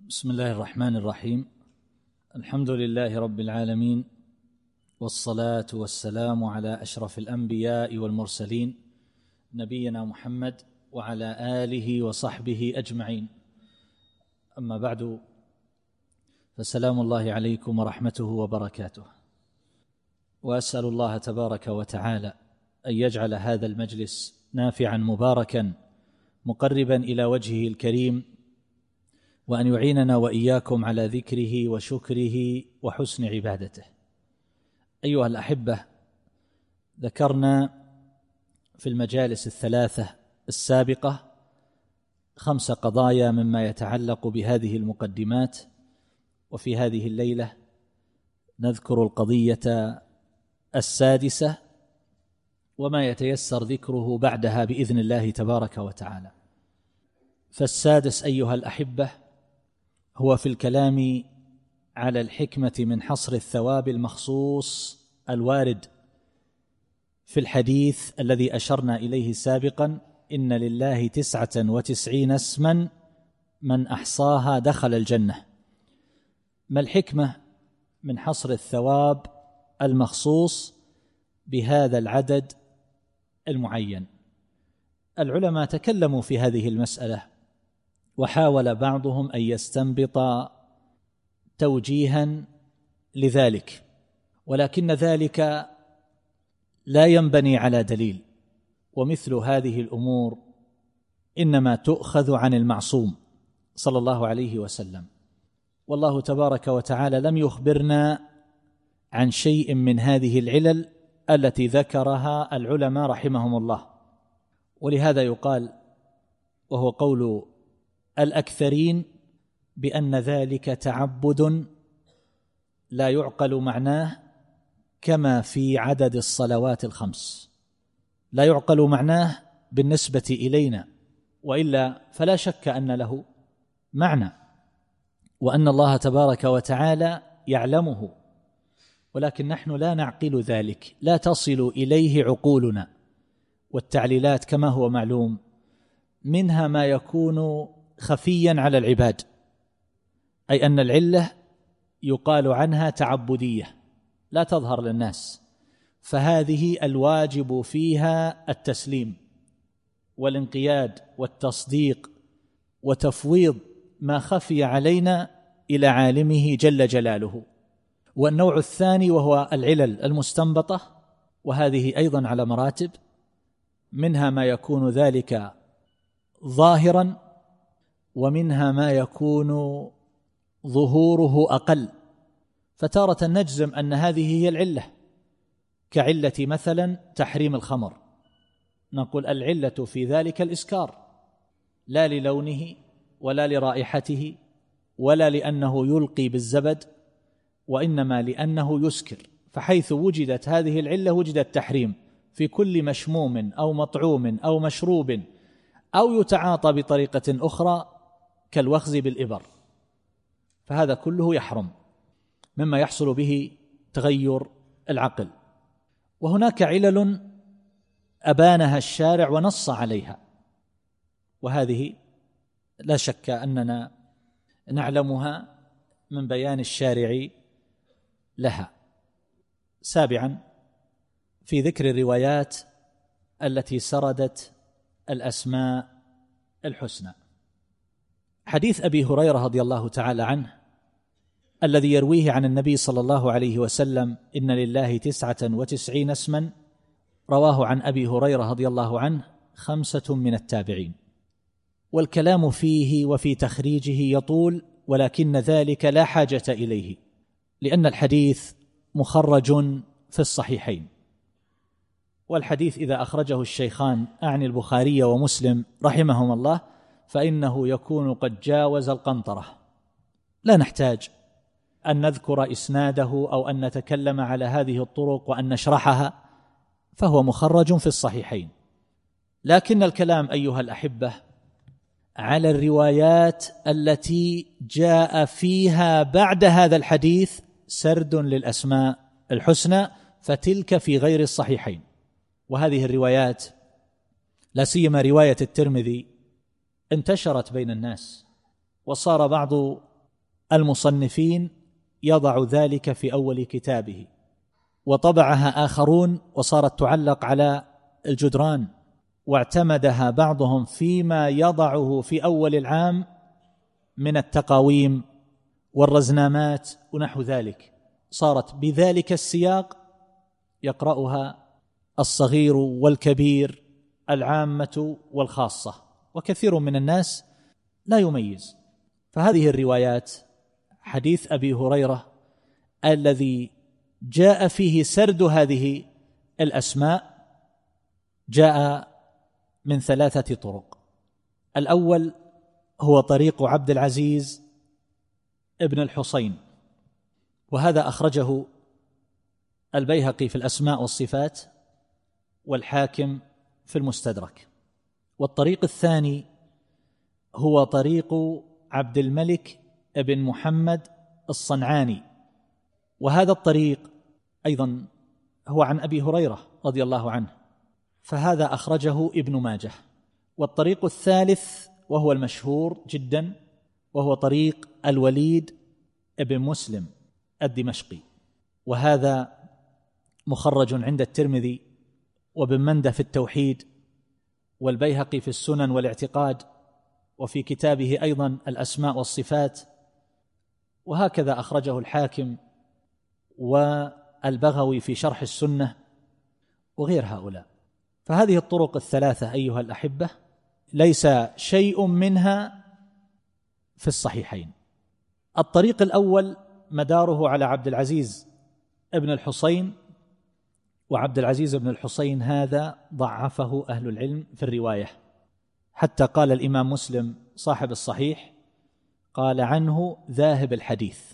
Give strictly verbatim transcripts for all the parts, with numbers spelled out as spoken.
بسم الله الرحمن الرحيم. الحمد لله رب العالمين، والصلاة والسلام على أشرف الأنبياء والمرسلين نبينا محمد وعلى آله وصحبه أجمعين. أما بعد، فسلام الله عليكم ورحمته وبركاته، وأسأل الله تبارك وتعالى أن يجعل هذا المجلس نافعا مباركا مقربا إلى وجهه الكريم، وأن يعيننا وإياكم على ذكره وشكره وحسن عبادته. أيها الأحبة، ذكرنا في المجالس الثلاثة السابقة خمس قضايا مما يتعلق بهذه المقدمات، وفي هذه الليلة نذكر القضية السادسة وما يتيسر ذكره بعدها بإذن الله تبارك وتعالى. فالسادس أيها الأحبة هو في الكلام على الحكمة من حصر الثواب المخصوص الوارد في الحديث الذي أشرنا إليه سابقا: إن لله تسعة وتسعين اسما من أحصاها دخل الجنة. ما الحكمة من حصر الثواب المخصوص بهذا العدد المعين؟ العلماء تكلموا في هذه المسألة، وحاول بعضهم أن يستنبط توجيها لذلك، ولكن ذلك لا ينبني على دليل، ومثل هذه الأمور إنما تؤخذ عن المعصوم صلى الله عليه وسلم. والله تبارك وتعالى لم يخبرنا عن شيء من هذه العلل التي ذكرها العلماء رحمهم الله، ولهذا يقال، وهو قول الأكثرين، بأن ذلك تعبد لا يعقل معناه كما في عدد الصلوات الخمس، لا يعقل معناه بالنسبة إلينا، وإلا فلا شك أن له معنى، وأن الله تبارك وتعالى يعلمه، ولكن نحن لا نعقل ذلك، لا تصل إليه عقولنا. والتعليلات كما هو معلوم منها ما يكون خفيا على العباد، أي أن العلة يقال عنها تعبدية لا تظهر للناس، فهذه الواجب فيها التسليم والانقياد والتصديق وتفويض ما خفي علينا إلى عالمه جل جلاله. والنوع الثاني وهو العلل المستنبطة، وهذه أيضا على مراتب، منها ما يكون ذلك ظاهرا، ومنها ما يكون ظهوره أقل، فتارة نجزم أن هذه هي العلة، كعلة مثلا تحريم الخمر، نقول العلة في ذلك الإسكار، لا للونه ولا لرائحته ولا لأنه يلقي بالزبد، وإنما لأنه يسكر. فحيث وجدت هذه العلة وجد التحريم في كل مشموم أو مطعوم أو مشروب أو يتعاطى بطريقة أخرى كالوخز بالإبر، فهذا كله يحرم مما يحصل به تغير العقل. وهناك علل أبانها الشارع ونص عليها، وهذه لا شك أننا نعلمها من بيان الشارع لها. سابعا، في ذكر الروايات التي سردت الأسماء الحسنى، حديث أبي هريرة رضي الله تعالى عنه الذي يرويه عن النبي صلى الله عليه وسلم: إن لله تسعة وتسعين اسما، رواه عن أبي هريرة رضي الله عنه خمسة من التابعين، والكلام فيه وفي تخريجه يطول، ولكن ذلك لا حاجة إليه، لأن الحديث مخرج في الصحيحين. والحديث إذا أخرجه الشيخان، أعني البخاري ومسلم رحمهما الله، فإنه يكون قد جاوز القنطرة، لا نحتاج أن نذكر إسناده أو أن نتكلم على هذه الطرق وأن نشرحها، فهو مخرج في الصحيحين. لكن الكلام أيها الأحبة على الروايات التي جاء فيها بعد هذا الحديث سرد للأسماء الحسنى، فتلك في غير الصحيحين. وهذه الروايات لا سيما رواية الترمذي انتشرت بين الناس، وصار بعض المصنفين يضع ذلك في أول كتابه، وطبعها آخرون وصارت تعلق على الجدران، واعتمدها بعضهم فيما يضعه في أول العام من التقاويم والرزنامات ونحو ذلك، صارت بذلك السياق يقرأها الصغير والكبير، العامة والخاصة، وكثير من الناس لا يميز. فهذه الروايات، حديث أبي هريرة الذي جاء فيه سرد هذه الأسماء، جاء من ثلاثة طرق. الأول هو طريق عبد العزيز ابن الحصين، وهذا أخرجه البيهقي في الأسماء والصفات والحاكم في المستدرك. والطريق الثاني هو طريق عبد الملك ابن محمد الصنعاني، وهذا الطريق أيضا هو عن أبي هريرة رضي الله عنه، فهذا أخرجه ابن ماجه. والطريق الثالث وهو المشهور جدا وهو طريق الوليد ابن مسلم الدمشقي، وهذا مخرج عند الترمذي وابن مندة في التوحيد والبيهقي في السنن والاعتقاد، وفي كتابه أيضا الأسماء والصفات، وهكذا أخرجه الحاكم والبغوي في شرح السنة وغير هؤلاء. فهذه الطرق الثلاثة أيها الأحبة ليس شيء منها في الصحيحين. الطريق الأول مداره على عبد العزيز ابن الحصين، وعبد العزيز بن الحصين هذا ضعفه أهل العلم في الرواية، حتى قال الإمام مسلم صاحب الصحيح قال عنه ذاهب الحديث،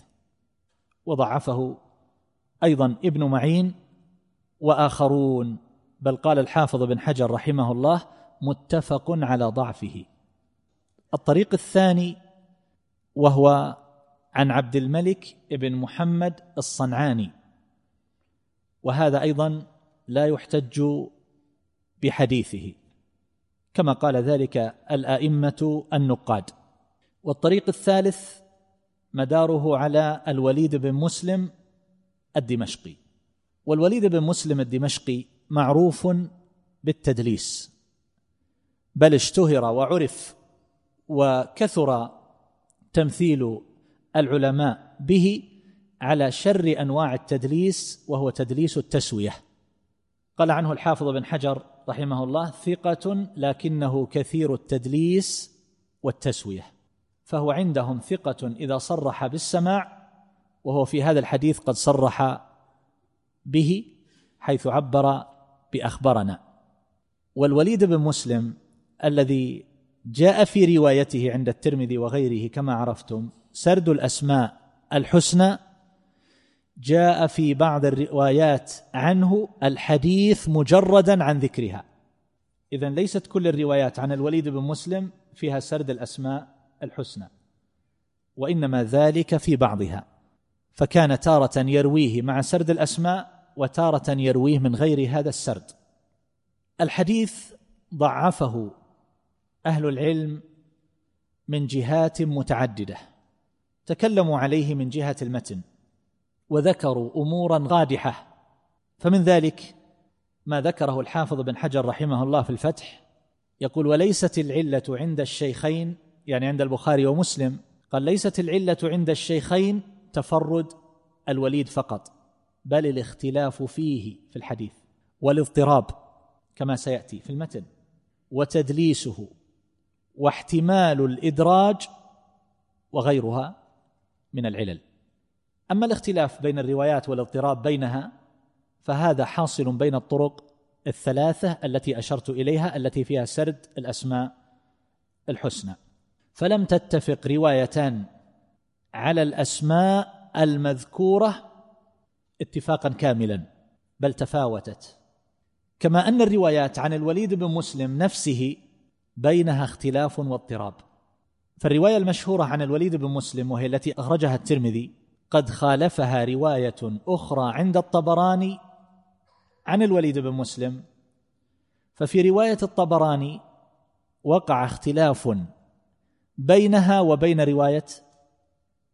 وضعفه أيضا ابن معين وآخرون، بل قال الحافظ بن حجر رحمه الله متفق على ضعفه. الطريق الثاني وهو عن عبد الملك ابن محمد الصنعاني، وهذا أيضا لا يحتج بحديثه كما قال ذلك الأئمة النقاد. والطريق الثالث مداره على الوليد بن مسلم الدمشقي، والوليد بن مسلم الدمشقي معروف بالتدليس، بل اشتهر وعرف وكثر تمثيل العلماء به على شر أنواع التدليس، وهو تدليس التسوية. قال عنه الحافظ بن حجر رحمه الله ثقة لكنه كثير التدليس والتسوية، فهو عندهم ثقة إذا صرح بالسماع، وهو في هذا الحديث قد صرح به حيث عبر بأخبرنا. والوليد بن مسلم الذي جاء في روايته عند الترمذي وغيره كما عرفتم سرد الأسماء الحسنى، جاء في بعض الروايات عنه الحديث مجردا عن ذكرها. إذن ليست كل الروايات عن الوليد بن مسلم فيها سرد الأسماء الحسنى، وإنما ذلك في بعضها، فكان تارة يرويه مع سرد الأسماء وتارة يرويه من غير هذا السرد. الحديث ضعفه أهل العلم من جهات متعددة، تكلموا عليه من جهة المتن وذكروا أمورا غادحة، فمن ذلك ما ذكره الحافظ بن حجر رحمه الله في الفتح، يقول وليست العلة عند الشيخين، يعني عند البخاري ومسلم، قال ليست العلة عند الشيخين تفرد الوليد فقط، بل الاختلاف فيه في الحديث والاضطراب كما سيأتي في المتن وتدليسه واحتمال الإدراج وغيرها من العلل. أما الاختلاف بين الروايات والاضطراب بينها فهذا حاصل بين الطرق الثلاثة التي أشرت إليها التي فيها سرد الأسماء الحسنى، فلم تتفق روايتان على الأسماء المذكورة اتفاقا كاملا، بل تفاوتت، كما أن الروايات عن الوليد بن مسلم نفسه بينها اختلاف واضطراب. فالرواية المشهورة عن الوليد بن مسلم وهي التي أخرجها الترمذي قد خالفها رواية أخرى عند الطبراني عن الوليد بن مسلم، ففي رواية الطبراني وقع اختلاف بينها وبين رواية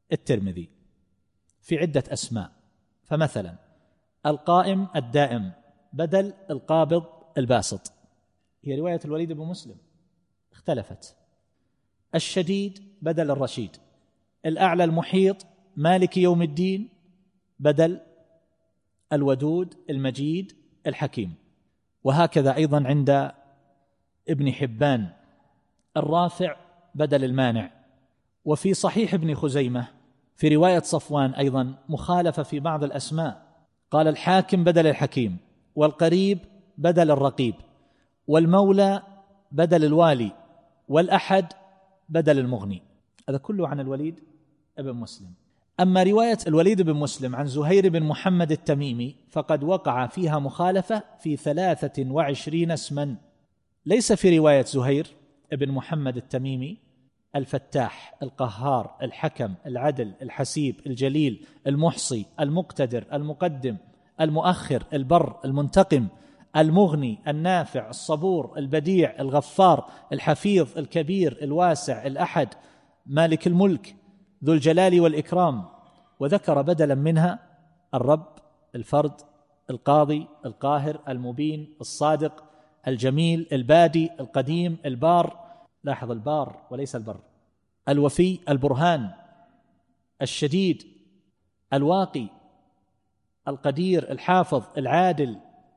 الترمذي في عدة أسماء. فمثلا القائم الدائم بدل القابض الباسط، هي رواية الوليد بن مسلم اختلفت. الشديد بدل الرشيد. الأعلى المحيط مالك يوم الدين بدل الودود المجيد الحكيم. وهكذا أيضا عند ابن حبان الرافع بدل المانع. وفي صحيح ابن خزيمة في رواية صفوان أيضا مخالفة في بعض الأسماء، قال الحاكم بدل الحكيم، والقريب بدل الرقيب، والمولى بدل الوالي، والأحد بدل المغني. هذا كله عن الوليد بن مسلم. أما رواية الوليد بن مسلم عن زهير بن محمد التميمي فقد وقع فيها مخالفة في ثلاثة وعشرين اسما. ليس في رواية زهير بن محمد التميمي الفتاح، القهار، الحكم، العدل، الحسيب، الجليل، المحصي، المقتدر، المقدم، المؤخر، البر، المنتقم، المغني، النافع، الصبور، البديع، الغفار، الحفيظ، الكبير، الواسع، الأحد، مالك الملك، ذو الجلال والإكرام. وذكر بدلا منها الرب، الفرد، القاضي، القاهر، المبين، الصادق، الجميل، البادي، القديم، البار، لاحظ البار وليس البر، الوفي، البرهان، الشديد، الواقي، القدير، الحافظ، العادل،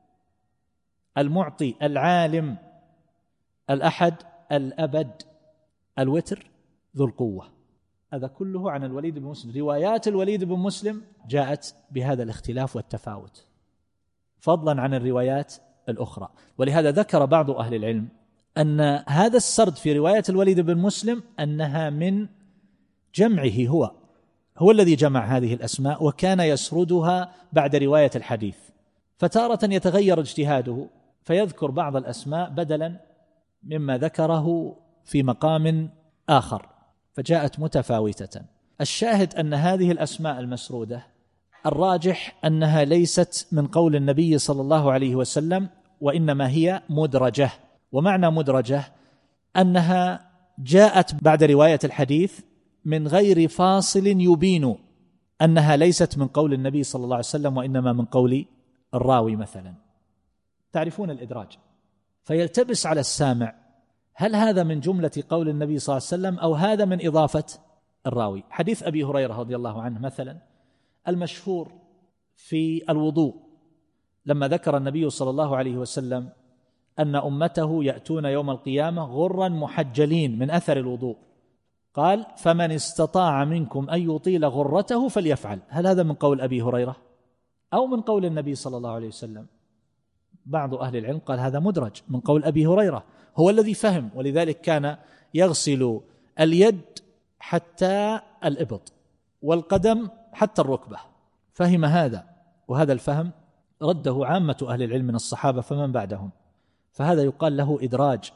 المعطي، العالم، الأحد، الأبد، الوتر، ذو القوة. هذا كله عن الوليد بن مسلم. روايات الوليد بن مسلم جاءت بهذا الاختلاف والتفاوت فضلا عن الروايات الأخرى. ولهذا ذكر بعض أهل العلم أن هذا السرد في رواية الوليد بن مسلم أنها من جمعه، هو هو الذي جمع هذه الأسماء وكان يسردها بعد رواية الحديث، فتارة يتغير اجتهاده فيذكر بعض الأسماء بدلا مما ذكره في مقام آخر، فجاءت متفاوتة. الشاهد أن هذه الأسماء المسرودة الراجح أنها ليست من قول النبي صلى الله عليه وسلم، وإنما هي مدرجة. ومعنى مدرجة أنها جاءت بعد رواية الحديث من غير فاصل يبين أنها ليست من قول النبي صلى الله عليه وسلم وإنما من قول الراوي مثلا. تعرفون الإدراج، فيلتبس على السامع هل هذا من جملة قول النبي صلى الله عليه وسلم أو هذا من إضافة الراوي. حديث أبي هريرة رضي الله عنه مثلا المشهور في الوضوء، لما ذكر النبي صلى الله عليه وسلم أن أمته يأتون يوم القيامة غرا محجلين من أثر الوضوء، قال فمن استطاع منكم أن يطيل غرته فليفعل. هل هذا من قول أبي هريرة أو من قول النبي صلى الله عليه وسلم؟ بعض أهل العلم قال هذا مدرج من قول أبي هريرة، هو الذي فهم، ولذلك كان يغسل اليد حتى الإبط والقدم حتى الركبة، فهم هذا، وهذا الفهم رده عامة أهل العلم من الصحابة فمن بعدهم، فهذا يقال له إدراج.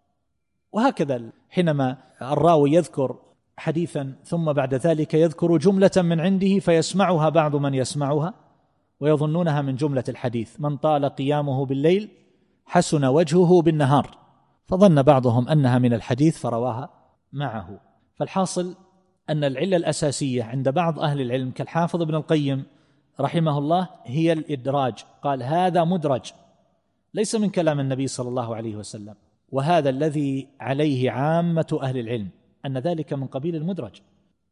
وهكذا حينما الراوي يذكر حديثا ثم بعد ذلك يذكر جملة من عنده فيسمعها بعض من يسمعها ويظنونها من جملة الحديث، من طال قيامه بالليل حسن وجهه بالنهار، فظن بعضهم أنها من الحديث فرواها معه. فالحاصل أن العلة الأساسية عند بعض أهل العلم كالحافظ ابن القيم رحمه الله هي الإدراج، قال هذا مدرج ليس من كلام النبي صلى الله عليه وسلم، وهذا الذي عليه عامة أهل العلم أن ذلك من قبيل المدرج.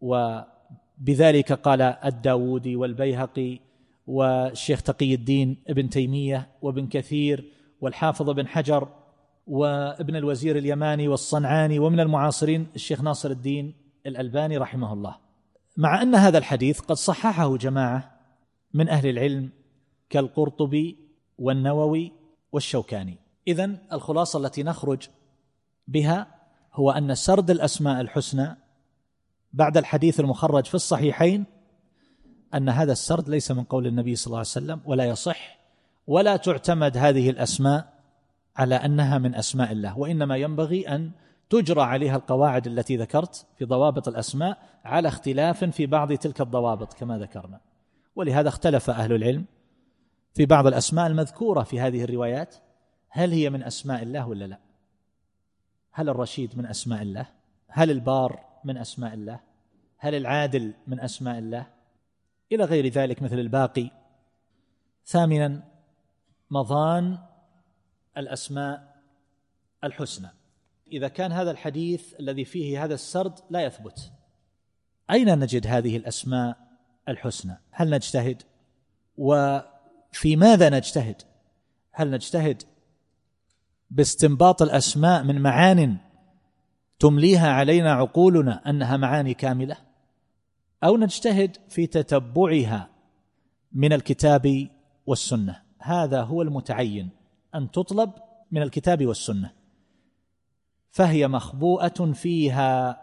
وبذلك قال الداودي والبيهقي والشيخ تقي الدين ابن تيمية وابن كثير والحافظ ابن حجر وابن الوزير اليماني والصنعاني، ومن المعاصرين الشيخ ناصر الدين الألباني رحمه الله، مع أن هذا الحديث قد صححه جماعة من أهل العلم كالقرطبي والنووي والشوكاني. إذن الخلاصة التي نخرج بها هو أن سرد الأسماء الحسنى بعد الحديث المخرج في الصحيحين أن هذا السرد ليس من قول النبي صلى الله عليه وسلم ولا يصح، ولا تعتمد هذه الأسماء على أنها من أسماء الله، وإنما ينبغي أن تجرى عليها القواعد التي ذكرت في ضوابط الأسماء على اختلاف في بعض تلك الضوابط كما ذكرنا. ولهذا اختلف أهل العلم في بعض الأسماء المذكورة في هذه الروايات، هل هي من أسماء الله ولا لا؟ هل الرشيد من أسماء الله؟ هل البار من أسماء الله؟ هل العادل من أسماء الله؟ إلى غير ذلك مثل الباقي. ثامنا مظان الأسماء الحسنى. إذا كان هذا الحديث الذي فيه هذا السرد لا يثبت، أين نجد هذه الأسماء الحسنى؟ هل نجتهد؟ وفي ماذا نجتهد؟ هل نجتهد باستنباط الأسماء من معان تمليها علينا عقولنا أنها معاني كاملة، أو نجتهد في تتبعها من الكتاب والسنة؟ هذا هو المتعين أن تطلب من الكتاب والسنة، فهي مخبوءة فيها،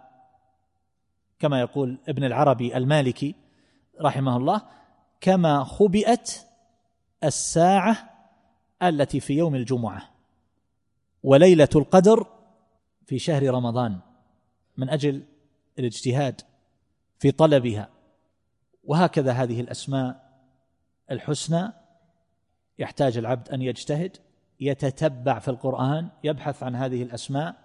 كما يقول ابن العربي المالكي رحمه الله: كما خبئت الساعة التي في يوم الجمعة وليلة القدر في شهر رمضان، من أجل الاجتهاد في طلبها. وهكذا هذه الأسماء الحسنى يحتاج العبد أن يجتهد، يتتبع في القرآن، يبحث عن هذه الأسماء،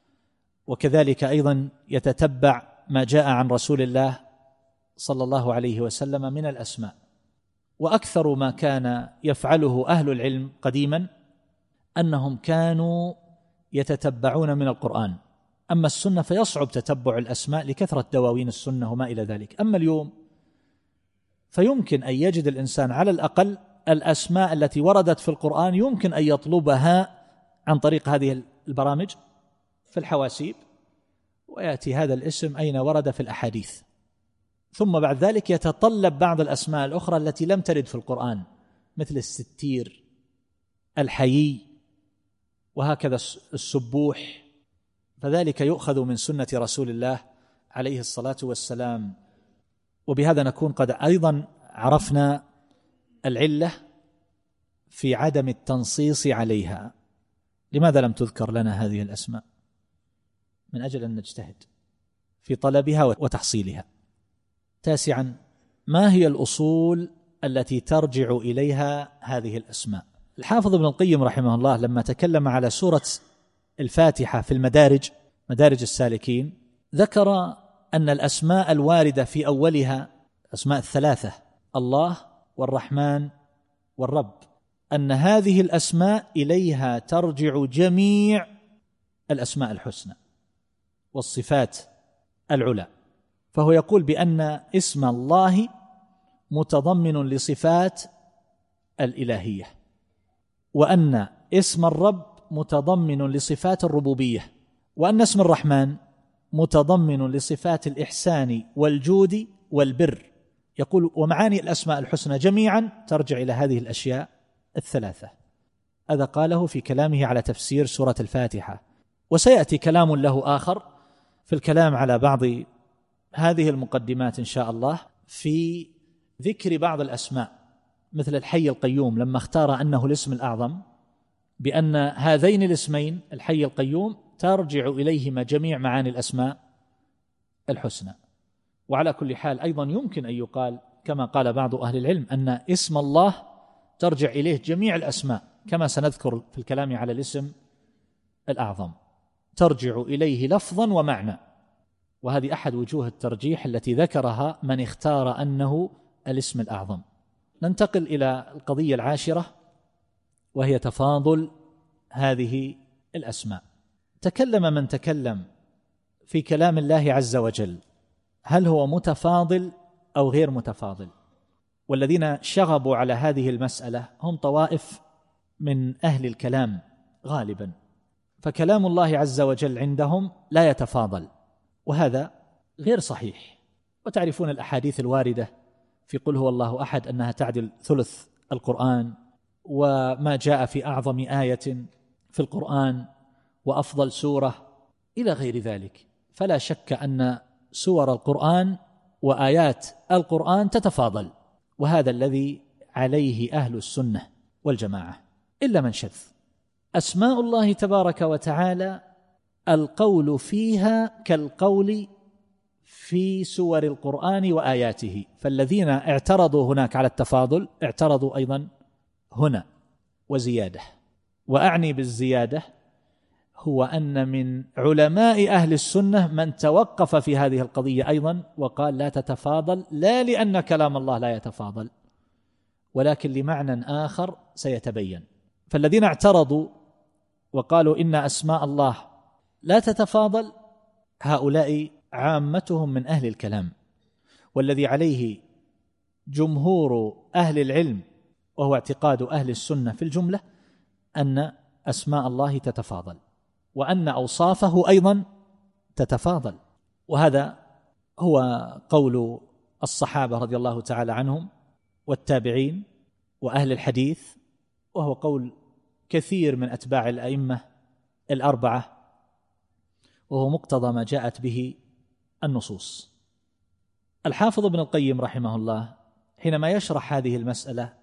وكذلك أيضا يتتبع ما جاء عن رسول الله صلى الله عليه وسلم من الأسماء. وأكثر ما كان يفعله أهل العلم قديما أنهم كانوا يتتبعون من القرآن. أما السنة فيصعب تتبع الأسماء لكثرة دواوين السنة وما إلى ذلك. أما اليوم فيمكن أن يجد الإنسان على الأقل الأسماء التي وردت في القرآن، يمكن أن يطلبها عن طريق هذه البرامج في الحواسيب، ويأتي هذا الاسم أين ورد في الأحاديث. ثم بعد ذلك يتطلب بعض الأسماء الأخرى التي لم ترد في القرآن، مثل الستير، الحيي، وهكذا السبوح، فذلك يؤخذ من سنة رسول الله عليه الصلاة والسلام. وبهذا نكون قد أيضا عرفنا العلة في عدم التنصيص عليها. لماذا لم تذكر لنا هذه الأسماء؟ من أجل أن نجتهد في طلبها وتحصيلها. تاسعا، ما هي الأصول التي ترجع إليها هذه الأسماء؟ الحافظ ابن القيم رحمه الله لما تكلم على سورة الفاتحة في المدارج، مدارج السالكين، ذكر أن الأسماء الواردة في أولها أسماء الثلاثة، الله والرحمن والرب، أن هذه الأسماء إليها ترجع جميع الأسماء الحسنى والصفات العلى. فهو يقول بأن اسم الله متضمن لصفات الإلهية، وأن اسم الرب متضمن لصفات الربوبية، وأن اسم الرحمن متضمن لصفات الإحسان والجود والبر. يقول ومعاني الأسماء الحسنى جميعا ترجع إلى هذه الأشياء الثلاثة. هذا قاله في كلامه على تفسير سورة الفاتحة، وسيأتي كلام له آخر في الكلام على بعض هذه المقدمات إن شاء الله في ذكر بعض الأسماء، مثل الحي القيوم لما اختار أنه الاسم الأعظم، بأن هذين الاسمين الحي القيوم ترجع إليهما جميع معاني الأسماء الحسنى. وعلى كل حال أيضا يمكن أن يقال كما قال بعض أهل العلم أن اسم الله ترجع إليه جميع الأسماء، كما سنذكر في الكلام على الاسم الأعظم، ترجع إليه لفظا ومعنى. وهذه أحد وجوه الترجيح التي ذكرها من اختار أنه الاسم الأعظم. ننتقل إلى القضية العاشرة، وهي تفاضل هذه الأسماء. تكلم من تكلم في كلام الله عز وجل هل هو متفاضل أو غير متفاضل، والذين شغبوا على هذه المسألة هم طوائف من أهل الكلام غالبا، فكلام الله عز وجل عندهم لا يتفاضل، وهذا غير صحيح. وتعرفون الأحاديث الواردة في قل هو الله أحد أنها تعدل ثلث القرآن، وما جاء في أعظم آية في القرآن وأفضل سورة إلى غير ذلك. فلا شك أن سور القرآن وآيات القرآن تتفاضل، وهذا الذي عليه أهل السنة والجماعة إلا من شذ. أسماء الله تبارك وتعالى القول فيها كالقول في سور القرآن وآياته، فالذين اعترضوا هناك على التفاضل اعترضوا أيضا هنا وزيادة. وأعني بالزيادة هو أن من علماء أهل السنة من توقف في هذه القضية أيضا وقال لا تتفاضل، لا لأن كلام الله لا يتفاضل، ولكن لمعنى آخر سيتبين. فالذين اعترضوا وقالوا إن أسماء الله لا تتفاضل هؤلاء عامتهم من أهل الكلام، والذي عليه جمهور أهل العلم وهو اعتقاد أهل السنة في الجملة أن أسماء الله تتفاضل، وأن أوصافه أيضا تتفاضل. وهذا هو قول الصحابة رضي الله تعالى عنهم والتابعين وأهل الحديث، وهو قول كثير من أتباع الأئمة الأربعة، وهو مقتضى ما جاءت به النصوص. الحافظ ابن القيم رحمه الله حينما يشرح هذه المسألة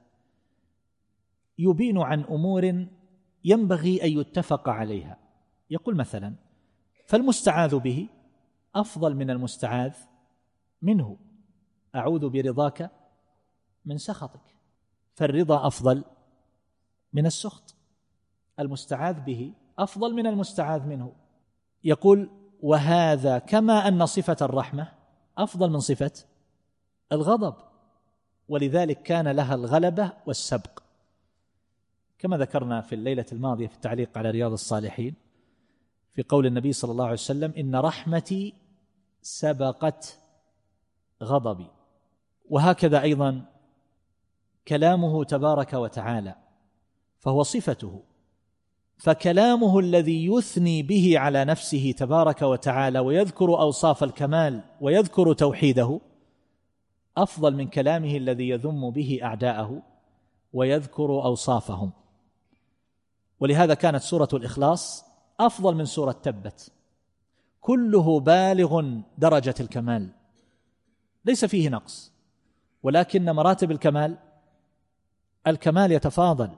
يبين عن أمور ينبغي أن يتفق عليها. يقول مثلا: فالمستعاذ به أفضل من المستعاذ منه، أعوذ برضاك من سخطك، فالرضا أفضل من السخط، المستعاذ به أفضل من المستعاذ منه. يقول: وهذا كما أن صفة الرحمة أفضل من صفة الغضب، ولذلك كان لها الغلبة والسبق، كما ذكرنا في الليلة الماضية في التعليق على رياض الصالحين في قول النبي صلى الله عليه وسلم: إن رحمتي سبقت غضبي. وهكذا أيضا كلامه تبارك وتعالى، فهو صفته، فكلامه الذي يثني به على نفسه تبارك وتعالى ويذكر أوصاف الكمال ويذكر توحيده أفضل من كلامه الذي يذم به أعداءه ويذكر أوصافهم. ولهذا كانت سورة الإخلاص أفضل من سورة تبت، كله بالغ درجة الكمال، ليس فيه نقص، ولكن مراتب الكمال الكمال يتفاضل.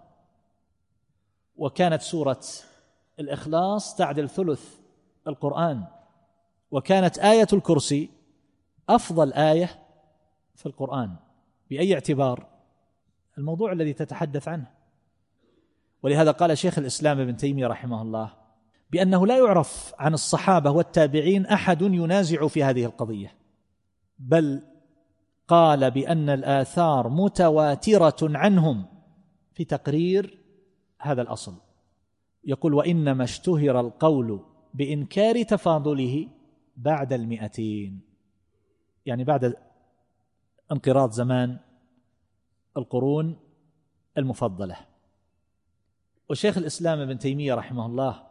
وكانت سورة الإخلاص تعدل ثلث القرآن، وكانت آية الكرسي أفضل آية في القرآن. بأي اعتبار؟ الموضوع الذي تتحدث عنه. ولهذا قال شيخ الإسلام ابن تيمية رحمه الله بأنه لا يعرف عن الصحابة والتابعين أحد ينازع في هذه القضية، بل قال بأن الآثار متواترة عنهم في تقرير هذا الأصل. يقول: وإنما اشتهر القول بإنكار تفاضله بعد المئتين، يعني بعد انقراض زمان القرون المفضلة. وشيخ الإسلام ابن تيمية رحمه الله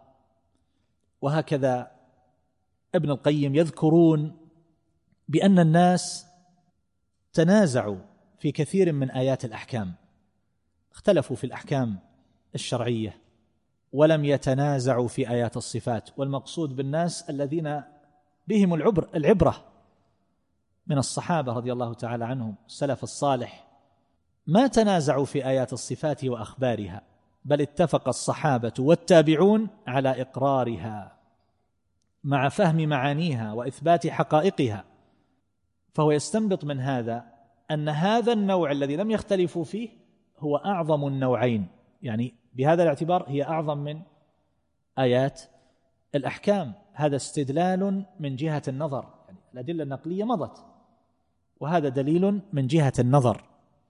وهكذا ابن القيم يذكرون بأن الناس تنازعوا في كثير من آيات الأحكام، اختلفوا في الأحكام الشرعية ولم يتنازعوا في آيات الصفات. والمقصود بالناس الذين بهم العبر العبرة من الصحابة رضي الله تعالى عنهم السلف الصالح، ما تنازعوا في آيات الصفات وأخبارها، بل اتفق الصحابة والتابعون على إقرارها مع فهم معانيها وإثبات حقائقها. فهو يستنبط من هذا أن هذا النوع الذي لم يختلفوا فيه هو أعظم النوعين، يعني بهذا الاعتبار هي أعظم من آيات الأحكام. هذا استدلال من جهة النظر، يعني الأدلة النقلية مضت، وهذا دليل من جهة النظر.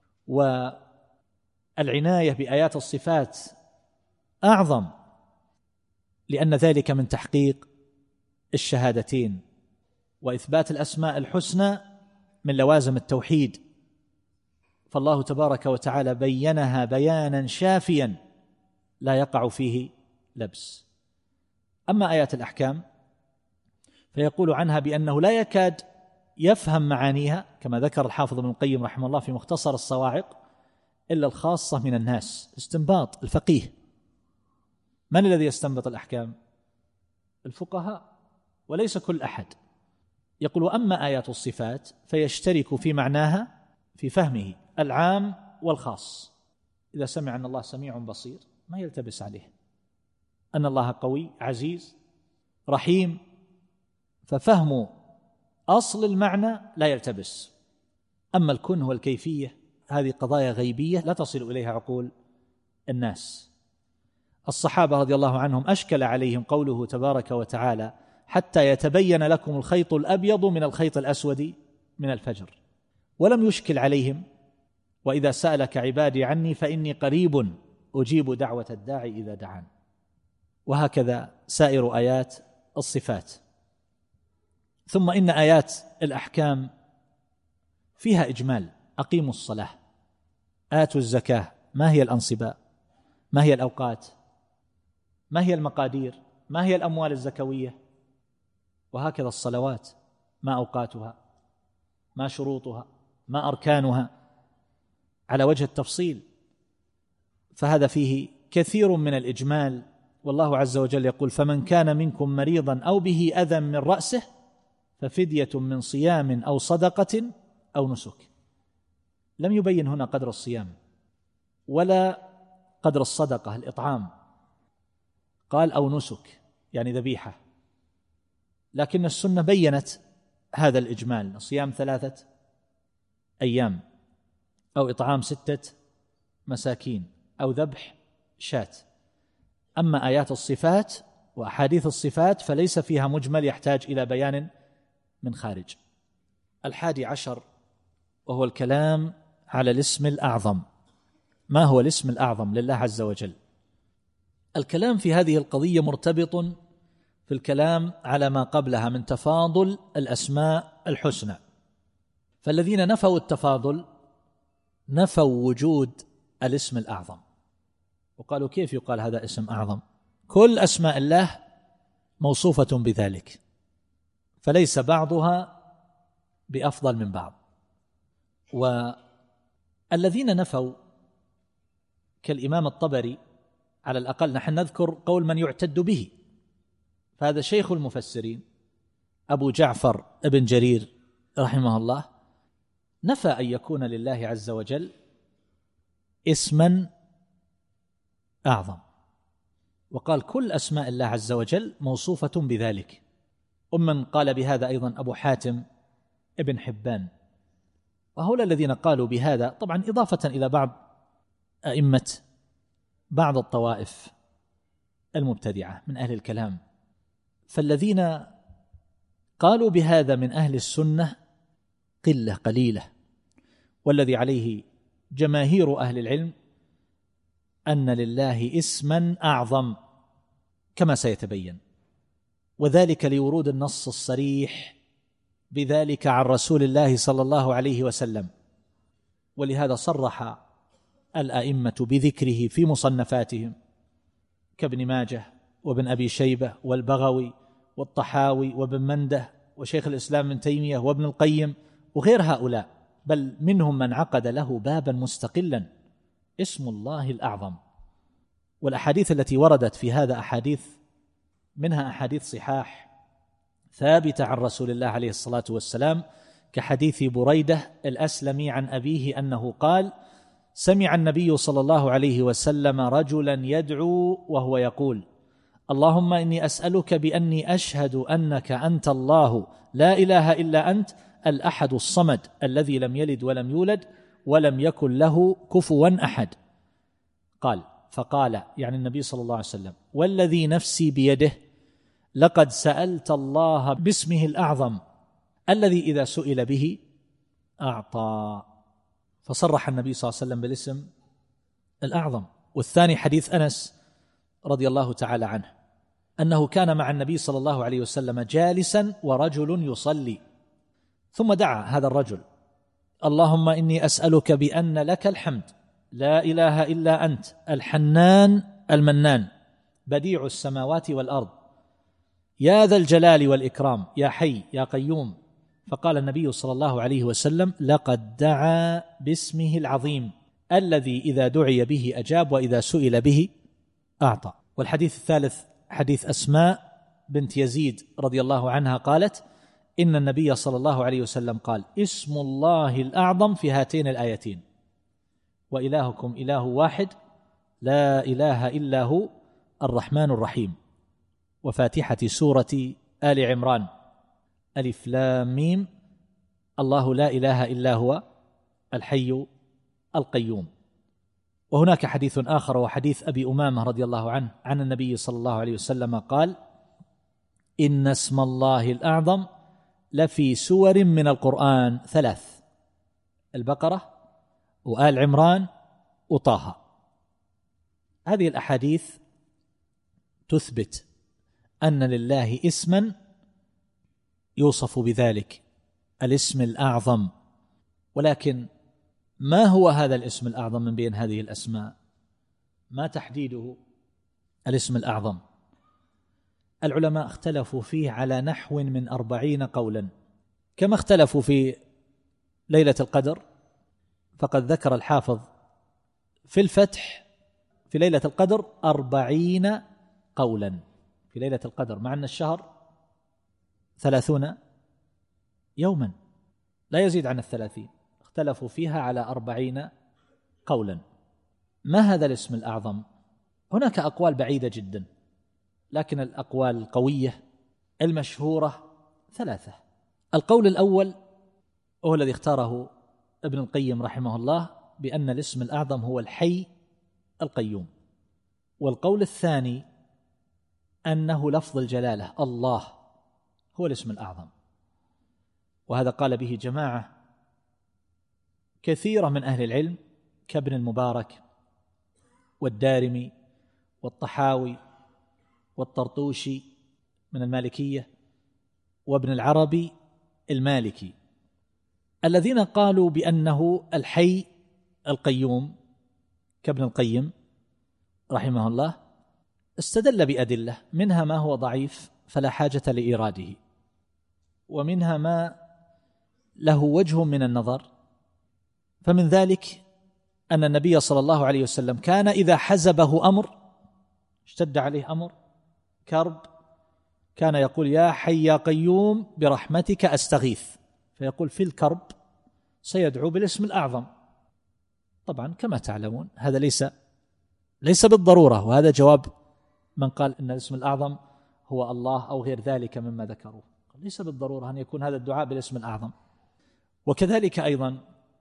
والعناية بآيات الصفات أعظم، لأن ذلك من تحقيق الشهادتين، وإثبات الأسماء الحسنى من لوازم التوحيد، فالله تبارك وتعالى بينها بيانا شافيا لا يقع فيه لبس. أما آيات الأحكام فيقول عنها بأنه لا يكاد يفهم معانيها، كما ذكر الحافظ ابن القيم رحمه الله في مختصر الصواعق، إلا الخاصة من الناس، استنباط الفقيه. من الذي يستنبط الأحكام؟ الفقهاء، وليس كل أحد. يقول: وأما آيات الصفات فيشترك في معناها في فهمه العام والخاص. إذا سمع أن الله سميع بصير ما يلتبس عليه، أن الله قوي عزيز رحيم، ففهم أصل المعنى لا يلتبس. أما الكنه والكيفية هذه قضايا غيبية لا تصل إليها عقول الناس. الصحابة رضي الله عنهم أشكل عليهم قوله تبارك وتعالى حتى يتبين لكم الخيط الأبيض من الخيط الأسود من الفجر، ولم يشكل عليهم وإذا سألك عبادي عني فإني قريب أجيب دعوة الداعي إذا دعان. وهكذا سائر آيات الصفات. ثم إن آيات الأحكام فيها إجمال: أقيموا الصلاة، آتوا الزكاة، ما هي الأنصباء، ما هي الأوقات، ما هي المقادير، ما هي الأموال الزكوية، وهكذا الصلوات ما أوقاتها، ما شروطها، ما أركانها، على وجه التفصيل. فهذا فيه كثير من الإجمال. والله عز وجل يقول: فمن كان منكم مريضا أو به أذى من رأسه ففدية من صيام أو صدقة أو نسك. لم يبين هنا قدر الصيام ولا قدر الصدقة الإطعام، قال أو نسك يعني ذبيحة. لكن السنة بينت هذا الإجمال: صيام ثلاثة أيام أو إطعام ستة مساكين أو ذبح شاة. أما آيات الصفات وأحاديث الصفات فليس فيها مجمل يحتاج إلى بيان من خارج. الحادي عشر وهو الكلام على الاسم الأعظم. ما هو الاسم الأعظم لله عز وجل؟ الكلام في هذه القضية مرتبط في الكلام على ما قبلها من تفاضل الأسماء الحسنى. فالذين نفوا التفاضل نفوا وجود الاسم الأعظم، وقالوا: كيف يقال هذا اسم أعظم؟ كل أسماء الله موصوفة بذلك، فليس بعضها بأفضل من بعض. والذين نفوا كالإمام الطبري على الأقل، نحن نذكر قول من يعتد به، فهذا شيخ المفسرين أبو جعفر ابن جرير رحمه الله، نفى أن يكون لله عز وجل اسما أعظم، وقال كل أسماء الله عز وجل موصوفة بذلك. ومن قال بهذا أيضا أبو حاتم ابن حبان. وهؤلاء الذين قالوا بهذا طبعا إضافة إلى بعض أئمة بعض الطوائف المبتدعة من أهل الكلام. فالذين قالوا بهذا من أهل السنة قلة قليلة، والذي عليه جماهير أهل العلم أن لله اسما أعظم كما سيتبين، وذلك لورود النص الصريح بذلك عن رسول الله صلى الله عليه وسلم. ولهذا صرح الأئمة بذكره في مصنفاتهم كابن ماجه وابن أبي شيبة والبغوي والطحاوي وابن منده وشيخ الإسلام ابن تيمية وابن القيم وغير هؤلاء، بل منهم من عقد له بابا مستقلا اسم الله الأعظم. والأحاديث التي وردت في هذا أحاديث منها أحاديث صحاح ثابتة عن رسول الله عليه الصلاة والسلام، كحديث بريدة الأسلمي عن أبيه أنه قال: سمع النبي صلى الله عليه وسلم رجلا يدعو وهو يقول: اللهم إني أسألك بأني أشهد أنك أنت الله لا إله إلا أنت الأحد الصمد الذي لم يلد ولم يولد ولم يكن له كفوا أحد. قال فقال يعني النبي صلى الله عليه وسلم: والذي نفسي بيده لقد سألت الله باسمه الأعظم الذي إذا سئل به أعطى. فصرح النبي صلى الله عليه وسلم بالاسم الأعظم. والثاني حديث أنس رضي الله تعالى عنه أنه كان مع النبي صلى الله عليه وسلم جالسا ورجل يصلي، ثم دعا هذا الرجل: اللهم إني أسألك بأن لك الحمد لا إله إلا أنت الحنان المنان بديع السماوات والأرض يا ذا الجلال والإكرام يا حي يا قيوم. فقال النبي صلى الله عليه وسلم: لقد دعا باسمه العظيم الذي إذا دعي به أجاب وإذا سئل به أعطى. والحديث الثالث حديث أسماء بنت يزيد رضي الله عنها قالت: إن النبي صلى الله عليه وسلم قال: اسم الله الأعظم في هاتين الآيتين: وإلهكم إله واحد لا إله إلا هو الرحمن الرحيم، وفاتحة سورة آل عمران: ألف لام ميم الله لا إله إلا هو الحي القيوم. وهناك حديث آخر وحديث أبي أمامة رضي الله عنه عن النبي صلى الله عليه وسلم قال: إن اسم الله الأعظم لفي سور من القرآن ثلاث: البقرة وآل عمران وطه. هذه الأحاديث تثبت أن لله اسما يوصف بذلك، الاسم الأعظم. ولكن ما هو هذا الاسم الأعظم من بين هذه الأسماء؟ ما تحديده الاسم الأعظم؟ العلماء اختلفوا فيه على نحو من أربعين قولا، كما اختلفوا في ليلة القدر، فقد ذكر الحافظ في الفتح في ليلة القدر أربعين قولا في ليلة القدر، مع أن الشهر ثلاثون يوما لا يزيد عن الثلاثين، اختلفوا فيها على أربعين قولا. ما هذا الاسم الأعظم؟ هناك أقوال بعيدة جدا، لكن الأقوال القوية المشهورة ثلاثة. القول الأول هو الذي اختاره ابن القيم رحمه الله، بأن الاسم الأعظم هو الحي القيوم. والقول الثاني أنه لفظ الجلالة، الله هو الاسم الأعظم، وهذا قال به جماعة كثيرة من أهل العلم كابن المبارك والدارمي والطحاوي والطرطوشي من المالكية وابن العربي المالكي، الذين قالوا بأنه الحي القيوم كابن القيم رحمه الله. استدل بأدلة، منها ما هو ضعيف فلا حاجة لإيراده، ومنها ما له وجه من النظر. فمن ذلك أن النبي صلى الله عليه وسلم كان إذا حزبه أمر، اشتد عليه أمر كرب، كان يقول: يا حي يا قيوم برحمتك أستغيث، فيقول في الكرب سيدعو بالاسم الأعظم. طبعا كما تعلمون هذا ليس ليس بالضرورة، وهذا جواب من قال إن الاسم الأعظم هو الله أو غير ذلك مما ذكروه، ليس بالضرورة أن يكون هذا الدعاء بالاسم الأعظم. وكذلك أيضا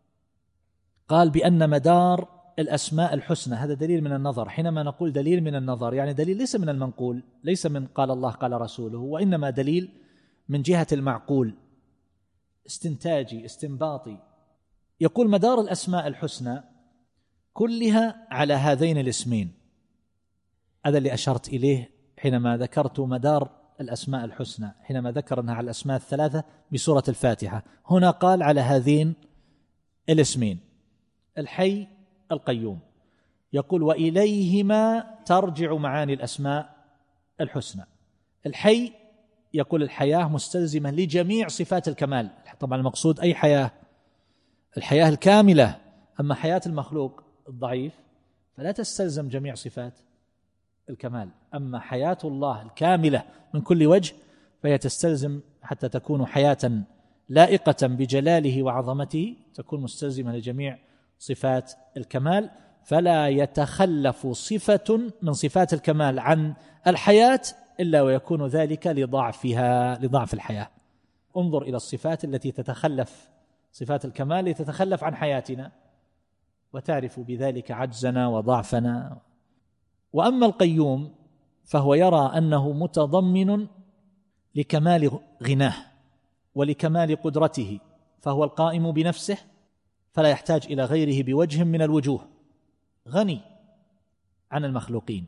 قال بأن مدار الأسماء الحسنى، هذا دليل من النظر. حينما نقول دليل من النظر يعني دليل ليس من المنقول، ليس من قال الله قال رسوله، وإنما دليل من جهة المعقول، استنتاجي استنباطي. يقول مدار الأسماء الحسنى كلها على هذين الاسمين، هذا اللي أشرت إليه حينما ذكرت مدار الأسماء الحسنى، حينما ذكر أنها على الأسماء الثلاثة بسورة الفاتحة. هنا قال على هذين الاسمين، الحي القيوم. يقول وإليهما ترجع معاني الأسماء الحسنى. الحي يقول الحياة مستلزمة لجميع صفات الكمال، طبعا المقصود أي حياة، الحياة الكاملة. أما حياة المخلوق الضعيف فلا تستلزم جميع صفات الكمال، أما حياة الله الكاملة من كل وجه فهي تستلزم، حتى تكون حياة لائقة بجلاله وعظمته، تكون مستلزمة لجميع صفات الكمال، فلا يتخلف صفة من صفات الكمال عن الحياة إلا ويكون ذلك لضعفها، لضعف الحياة. انظر إلى الصفات التي تتخلف، صفات الكمال التي تتخلف عن حياتنا، وتعرف بذلك عجزنا وضعفنا. وأما القيوم فهو يرى أنه متضمن لكمال غناه ولكمال قدرته، فهو القائم بنفسه فلا يحتاج إلى غيره بوجه من الوجوه، غني عن المخلوقين.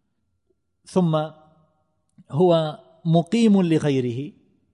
ثم هو مقيم لغيره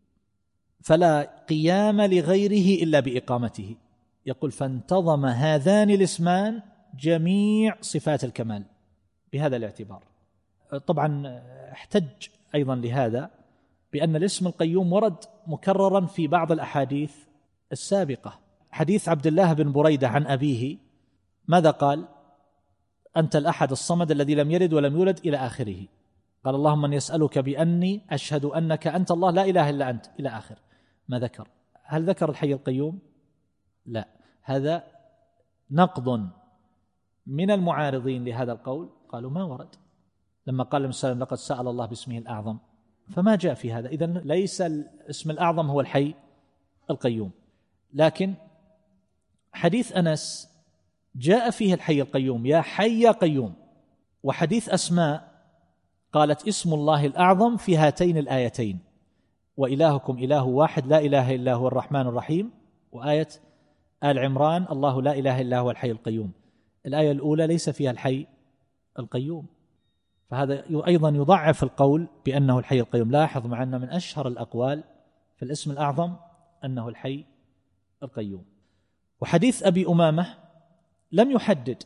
فلا قيام لغيره إلا بإقامته. يقول فانتظم هذان الاسمان جميع صفات الكمال بهذا الاعتبار. طبعا احتج أيضا لهذا بأن الاسم القيوم ورد مكررا في بعض الأحاديث السابقة. حديث عبد الله بن بريدة عن أبيه ماذا قال؟ أنت الأحد الصمد الذي لم يلد ولم يولد إلى آخره. قال اللهم من يسألك بأني أشهد أنك أنت الله لا إله إلا أنت إلى آخر ما ذكر. هل ذكر الحي القيوم؟ لا، هذا نقض من المعارضين لهذا القول، قالوا ما ورد. لما قال النبي صلى الله عليه وسلم لقد سأل الله باسمه الأعظم، فما جاء في هذا. إذن ليس الاسم الأعظم هو الحي القيوم. لكن حديث أنس جاء فيه الحي القيوم، يا حي يا قيوم. وحديث أسماء قالت اسم الله الأعظم في هاتين الآيتين: وإلهكم إله واحد لا إله إلا هو الرحمن الرحيم، وآية آل عمران الله لا إله إلا هو الحي القيوم. الآية الأولى ليس فيها الحي القيوم، فهذا أيضا يضعف القول بأنه الحي القيوم. لاحظ مع أن من أشهر الأقوال في الاسم الأعظم أنه الحي القيوم. وحديث أبي أمامة لم يحدد،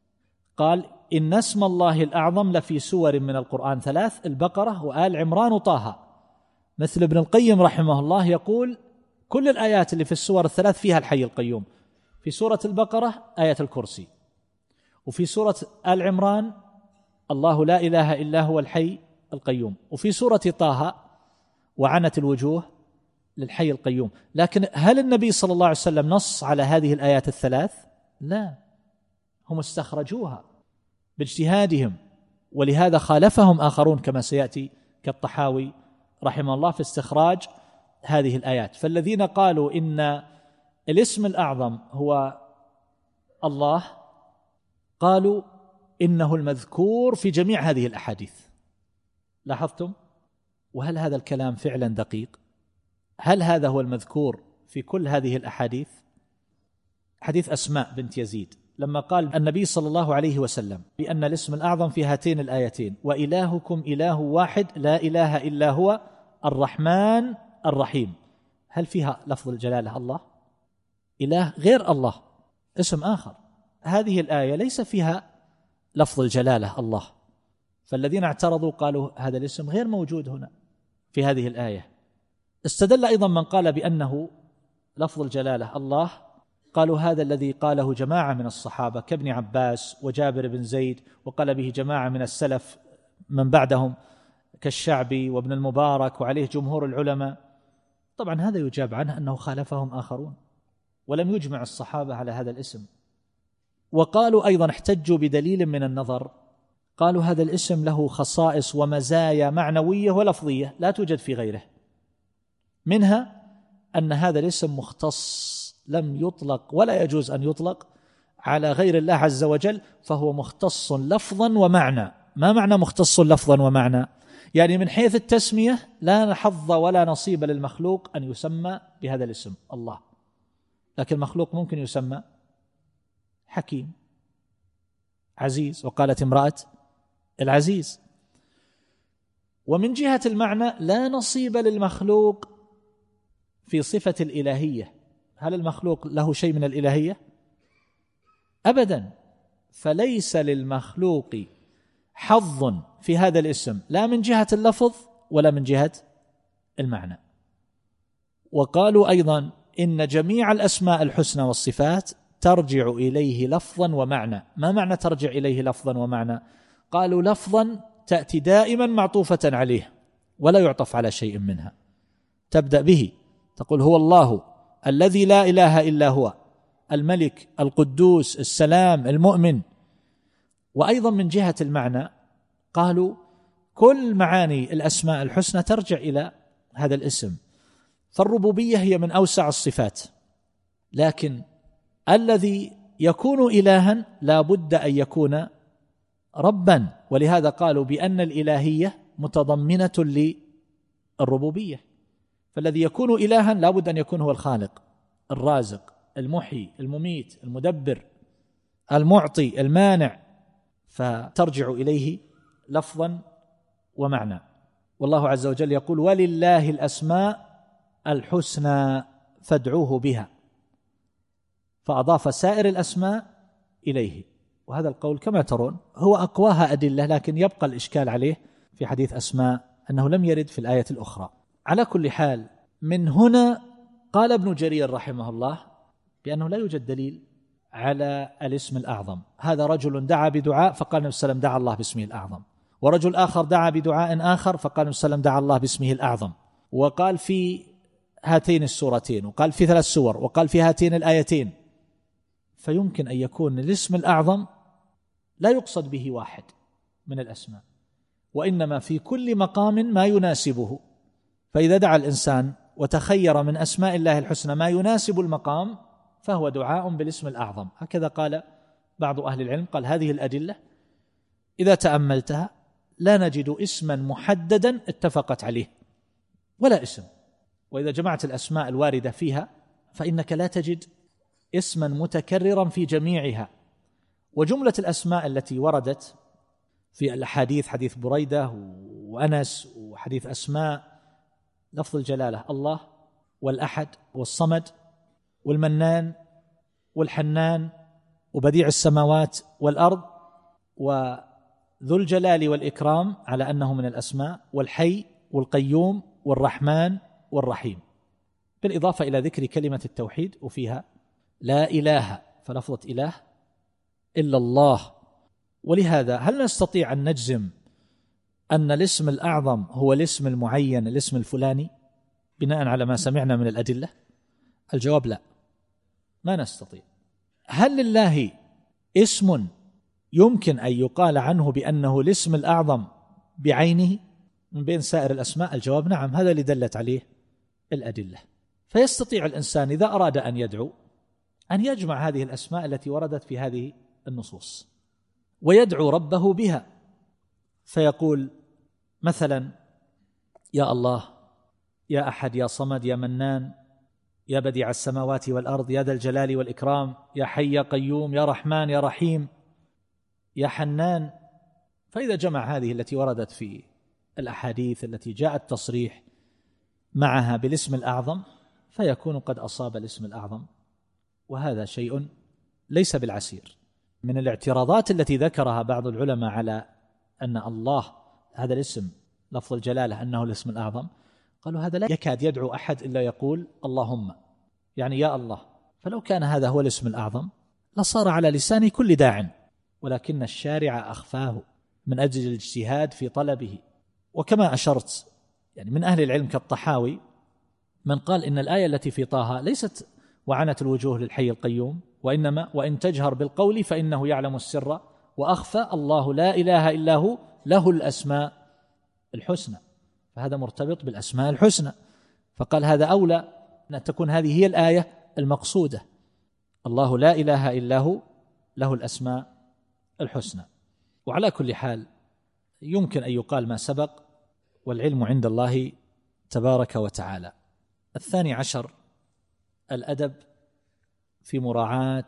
قال إن اسم الله الأعظم لفي سور من القرآن ثلاث: البقرة وآل عمران وطه. مثل ابن القيم رحمه الله يقول كل الآيات اللي في السور الثلاث فيها الحي القيوم. في سورة البقرة آية الكرسي، وفي سورة آل عمران الله لا إله إلا هو الحي القيوم، وفي سورة طه وعنت الوجوه للحي القيوم. لكن هل النبي صلى الله عليه وسلم نص على هذه الآيات الثلاث؟ لا، هم استخرجوها باجتهادهم، ولهذا خالفهم آخرون كما سيأتي كالطحاوي رحمه الله في استخراج هذه الآيات. فالذين قالوا إن الاسم الأعظم هو الله قالوا إنه المذكور في جميع هذه الأحاديث. لاحظتم؟ وهل هذا الكلام فعلا دقيق؟ هل هذا هو المذكور في كل هذه الأحاديث؟ حديث أسماء بنت يزيد لما قال النبي صلى الله عليه وسلم بأن الاسم الأعظم في هاتين الآيتين: وإلهكم إله واحد لا إله إلا هو الرحمن الرحيم، هل فيها لفظ الجلالة الله؟ إله غير الله، اسم آخر. هذه الآية ليس فيها لفظ الجلالة الله، فالذين اعترضوا قالوا هذا الاسم غير موجود هنا في هذه الآية. استدل أيضا من قال بأنه لفظ الجلالة الله، قالوا هذا الذي قاله جماعة من الصحابة كابن عباس وجابر بن زيد، وقال به جماعة من السلف من بعدهم كالشعبي وابن المبارك وعليه جمهور العلماء. طبعا هذا يجاب عنه أنه خالفهم آخرون ولم يجمع الصحابة على هذا الاسم. وقالوا أيضا احتجوا بدليل من النظر، قالوا هذا الاسم له خصائص ومزايا معنوية ولفظية لا توجد في غيره، منها أن هذا الاسم مختص لم يطلق ولا يجوز أن يطلق على غير الله عز وجل، فهو مختص لفظا ومعنى. ما معنى مختص لفظا ومعنى؟ يعني من حيث التسمية لا حظ ولا نصيب للمخلوق أن يسمى بهذا الاسم الله، لكن المخلوق ممكن يسمى حكيم، عزيز، وقالت امرأة العزيز. ومن جهة المعنى لا نصيب للمخلوق في صفة الإلهية. هل المخلوق له شيء من الإلهية؟ أبدا. فليس للمخلوق حظ في هذا الاسم لا من جهة اللفظ ولا من جهة المعنى. وقالوا أيضا إن جميع الأسماء الحسنى والصفات ترجع إليه لفظا ومعنى. ما معنى ترجع إليه لفظا ومعنى؟ قالوا لفظا تأتي دائما معطوفة عليه ولا يعطف على شيء منها، تبدأ به تقول هو الله الذي لا إله إلا هو الملك القدوس السلام المؤمن. وأيضا من جهة المعنى قالوا كل معاني الأسماء الحسنى ترجع إلى هذا الاسم، فالربوبية هي من أوسع الصفات، لكن الذي يكون إلها لا بد أن يكون ربا، ولهذا قالوا بأن الإلهية متضمنة للربوبية. فالذي يكون إلها لا بد أن يكون هو الخالق الرازق المحيي المميت المدبر المعطي المانع، فترجع إليه لفظا ومعنى. والله عز وجل يقول ولله الأسماء الحسنى فادعوه بها، فأضاف سائر الأسماء إليه. وهذا القول كما ترون هو أقواها أدلة، لكن يبقى الإشكال عليه في حديث أسماء أنه لم يرد في الآية الأخرى. على كل حال، من هنا قال ابن جرير رحمه الله بأنه لا يوجد دليل على الاسم الأعظم. هذا رجل دعا بدعاء فقال النبي صلى الله عليه وسلم دعا الله باسمه الأعظم، ورجل آخر دعا بدعاء آخر فقال النبي صلى الله عليه وسلم دعا الله باسمه الأعظم، وقال في هاتين السورتين، وقال في ثلاث سور، وقال في هاتين الآيتين. فيمكن أن يكون الاسم الأعظم لا يقصد به واحد من الأسماء، وإنما في كل مقام ما يناسبه. فإذا دعا الإنسان وتخير من أسماء الله الحسنى ما يناسب المقام فهو دعاء بالاسم الأعظم. هكذا قال بعض أهل العلم قال هذه الأدلة إذا تأملتها لا نجد اسما محددا اتفقت عليه ولا اسم، وإذا جمعت الأسماء الواردة فيها فإنك لا تجد اسما متكررا في جميعها. وجملة الأسماء التي وردت في الأحاديث، حديث بريدة وأنس وحديث أسماء، لفظ الجلالة الله والأحد والصمد والمنان والحنان وبديع السماوات والأرض وذو الجلال والإكرام على أنه من الأسماء، والحي والقيوم والرحمن والرحيم، بالإضافة إلى ذكر كلمة التوحيد وفيها لا إله، فلفظة إله إلا الله. ولهذا هل نستطيع أن نجزم أن الاسم الأعظم هو الاسم المعين، الاسم الفلاني، بناء على ما سمعنا من الأدلة؟ الجواب لا، ما نستطيع. هل لله اسم يمكن أن يقال عنه بأنه الاسم الأعظم بعينه من بين سائر الأسماء؟ الجواب نعم، هذا اللي دلت عليه الأدلة. فيستطيع الإنسان إذا أراد أن يدعو أن يجمع هذه الأسماء التي وردت في هذه النصوص ويدعو ربه بها، فيقول مثلا يا الله، يا أحد، يا صمد، يا منان، يا بديع السماوات والأرض، يا ذا الجلال والإكرام، يا حي يا قيوم، يا رحمن يا رحيم، يا حنان. فإذا جمع هذه التي وردت في الأحاديث التي جاء التصريح معها بالاسم الأعظم فيكون قد أصاب الاسم الأعظم، وهذا شيء ليس بالعسير. من الاعتراضات التي ذكرها بعض العلماء على أن الله هذا الاسم لفظ الجلالة أنه الاسم الأعظم، قالوا هذا لا يكاد يدعو أحد إلا يقول اللهم، يعني يا الله، فلو كان هذا هو الاسم الأعظم لصار على لسان كل داع، ولكن الشارع أخفاه من أجل الاجتهاد في طلبه. وكما أشرت يعني من أهل العلم كالطحاوي من قال إن الآية التي في طه ليست وعنت الوجوه للحي القيوم، وإنما وإن تجهر بالقول فإنه يعلم السر وأخفى، الله لا إله إلا هو له الأسماء الحسنى، فهذا مرتبط بالأسماء الحسنى. فقال هذا أولى أن تكون هذه هي الآية المقصودة، الله لا إله إلا هو له الأسماء الحسنى. وعلى كل حال يمكن أن يقال ما سبق، والعلم عند الله تبارك وتعالى. الثاني عشر الأدب في مراعاة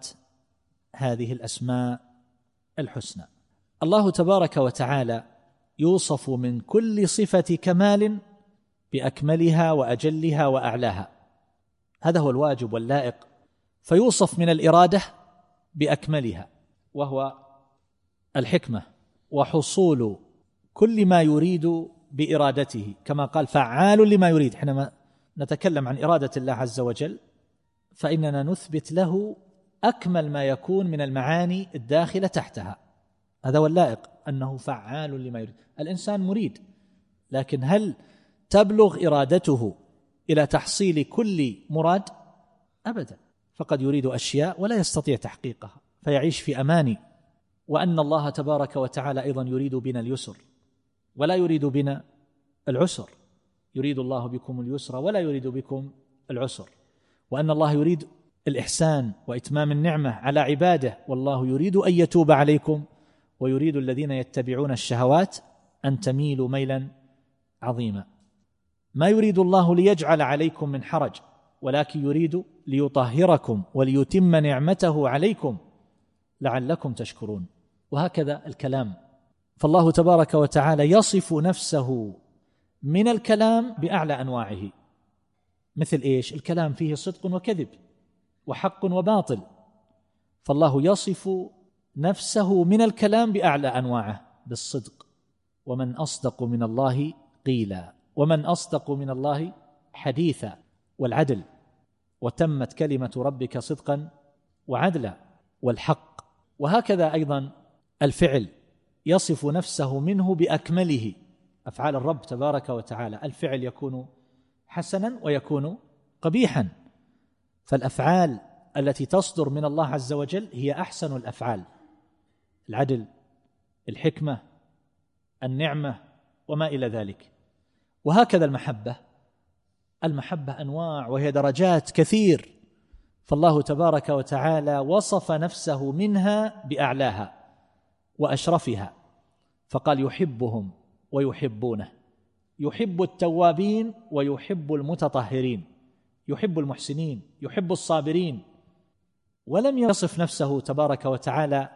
هذه الأسماء الحسنى. الله تبارك وتعالى يوصف من كل صفة كمال بأكملها وأجلها وأعلاها، هذا هو الواجب واللائق. فيوصف من الإرادة بأكملها وهو الحكمة وحصول كل ما يريد بإرادته، كما قال فعال لما يريد. حينما نتكلم عن إرادة الله عز وجل فإننا نثبت له أكمل ما يكون من المعاني الداخلة تحتها، هذا هو اللائق، أنه فعال لما يريد. الإنسان مريد، لكن هل تبلغ إرادته إلى تحصيل كل مراد؟ أبدا، فقد يريد أشياء ولا يستطيع تحقيقها فيعيش في أماني. وأن الله تبارك وتعالى أيضا يريد بنا اليسر ولا يريد بنا العسر، يريد الله بكم اليسر ولا يريد بكم العسر. وأن الله يريد الإحسان وإتمام النعمة على عباده، والله يريد أن يتوب عليكم ويريد الذين يتبعون الشهوات أن تميلوا ميلا عظيما. ما يريد الله ليجعل عليكم من حرج، ولكن يريد ليطهركم وليتم نعمته عليكم لعلكم تشكرون. وهكذا الكلام، فالله تبارك وتعالى يصف نفسه من الكلام بأعلى أنواعه، مثل إيش؟ الكلام فيه صدق وكذب وحق وباطل، فالله يصف نفسه من الكلام بأعلى أنواعه بالصدق، ومن أصدق من الله قيلا، ومن أصدق من الله حديثا، والعدل، وتمت كلمة ربك صدقا وعدلا، والحق. وهكذا أيضا الفعل يصف نفسه منه بأكمله، أفعال الرب تبارك وتعالى الفعل يكون حسنا ويكون قبيحا، فالأفعال التي تصدر من الله عز وجل هي أحسن الأفعال، العدل، الحكمة، النعمة، وما إلى ذلك. وهكذا المحبة، المحبة أنواع وهي درجات كثير، فالله تبارك وتعالى وصف نفسه منها بأعلاها وأشرفها، فقال يحبهم ويحبونه، يحب التوابين ويحب المتطهرين، يحب المحسنين، يحب الصابرين. ولم يصف نفسه تبارك وتعالى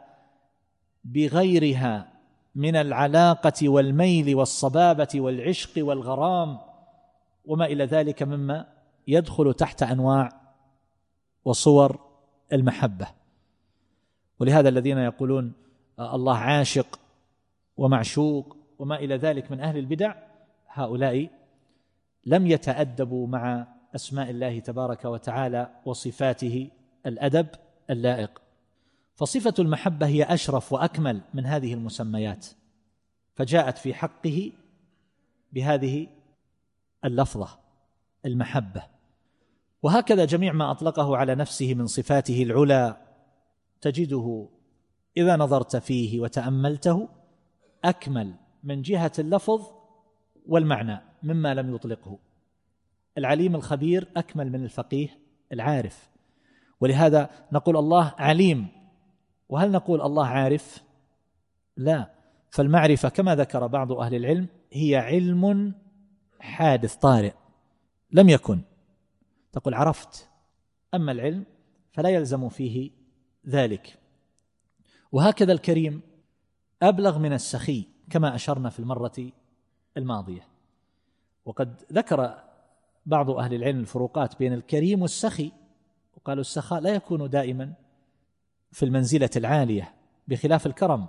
بغيرها من العلاقة والميل والصبابة والعشق والغرام وما إلى ذلك مما يدخل تحت أنواع وصور المحبة. ولهذا الذين يقولون الله عاشق ومعشوق وما إلى ذلك من أهل البدع، هؤلاء لم يتأدبوا مع أسماء الله تبارك وتعالى وصفاته الأدب اللائق. فصفة المحبة هي أشرف وأكمل من هذه المسميات، فجاءت في حقه بهذه اللفظة المحبة. وهكذا جميع ما أطلقه على نفسه من صفاته العلى تجده إذا نظرت فيه وتأملته أكمل من جهة اللفظ والمعنى مما لم يطلقه. العليم الخبير أكمل من الفقيه العارف، ولهذا نقول الله عليم. وهل نقول الله عارف؟ لا، فالمعرفة كما ذكر بعض أهل العلم هي علم حادث طارئ لم يكن، تقول عرفت، أما العلم فلا يلزم فيه ذلك. وهكذا الكريم أبلغ من السخي كما أشرنا في المرة الماضية. وقد ذكر بعض أهل العلم الفروقات بين الكريم والسخي، وقالوا السخاء لا يكون دائما في المنزلة العالية بخلاف الكرم،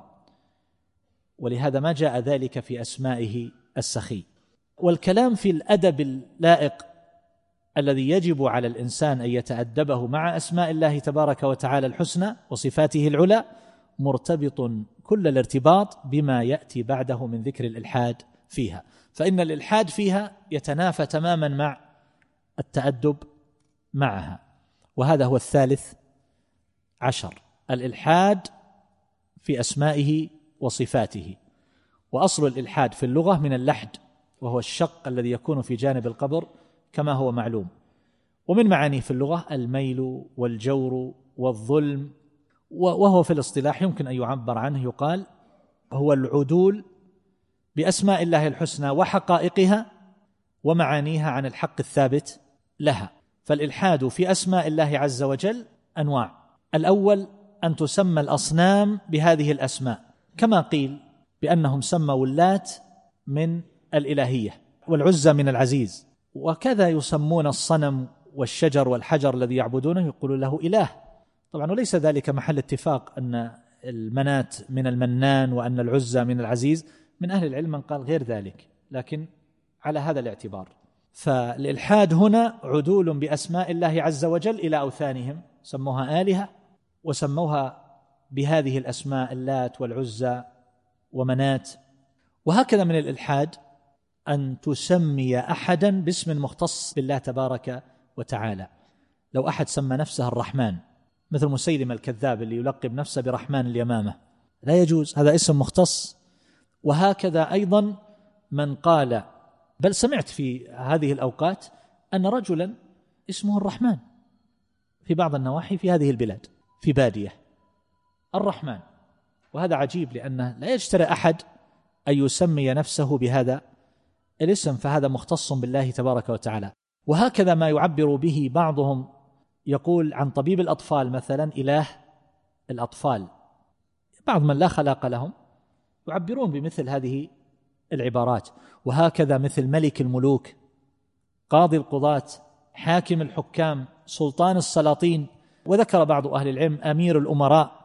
ولهذا ما جاء ذلك في أسمائه السخي. والكلام في الأدب اللائق الذي يجب على الإنسان أن يتأدبه مع أسماء الله تبارك وتعالى الحسنى وصفاته العلى مرتبط كل الارتباط بما يأتي بعده من ذكر الإلحاد فيها، فإن الإلحاد فيها يتنافى تماما مع التأدب معها. وهذا هو الثالث عشر، الإلحاد في أسمائه وصفاته. وأصل الإلحاد في اللغة من اللحد، وهو الشق الذي يكون في جانب القبر كما هو معلوم. ومن معانيه في اللغة الميل والجور والظلم، وهو في الاصطلاح يمكن أن يعبر عنه، يقال هو العدول بأسماء الله الحسنى وحقائقها ومعانيها عن الحق الثابت لها. فالإلحاد في أسماء الله عز وجل أنواع. الأول أن تسمى الأصنام بهذه الأسماء، كما قيل بأنهم سموا اللات من الإلهية والعزى من العزيز، وكذا يسمون الصنم والشجر والحجر الذي يعبدونه يقول له إله. طبعا وليس ذلك محل اتفاق أن المنات من المنان وأن العزى من العزيز، من أهل العلم من قال غير ذلك، لكن على هذا الاعتبار. فالإلحاد هنا عدول بأسماء الله عز وجل إلى أوثانهم، سموها آلهة وسموها بهذه الأسماء اللات والعزى ومنات. وهكذا من الإلحاد أن تسمي أحدا باسم مختص بالله تبارك وتعالى. لو أحد سمى نفسه الرحمن مثل مسيلمة الكذاب اللي يلقب نفسه برحمن اليمامة، لا يجوز، هذا اسم مختص. وهكذا أيضا من قال، بل سمعت في هذه الأوقات أن رجلا اسمه الرحمن في بعض النواحي في هذه البلاد في بادية، الرحمن، وهذا عجيب لأنه لا يجترئ أحد أن يسمي نفسه بهذا الاسم، فهذا مختص بالله تبارك وتعالى. وهكذا ما يعبر به بعضهم، يقول عن طبيب الأطفال مثلا إله الأطفال، بعض من لا خلاق لهم يعبرون بمثل هذه العبارات. وهكذا مثل ملك الملوك، قاضي القضاة، حاكم الحكام، سلطان السلاطين. وذكر بعض أهل العلم أمير الأمراء.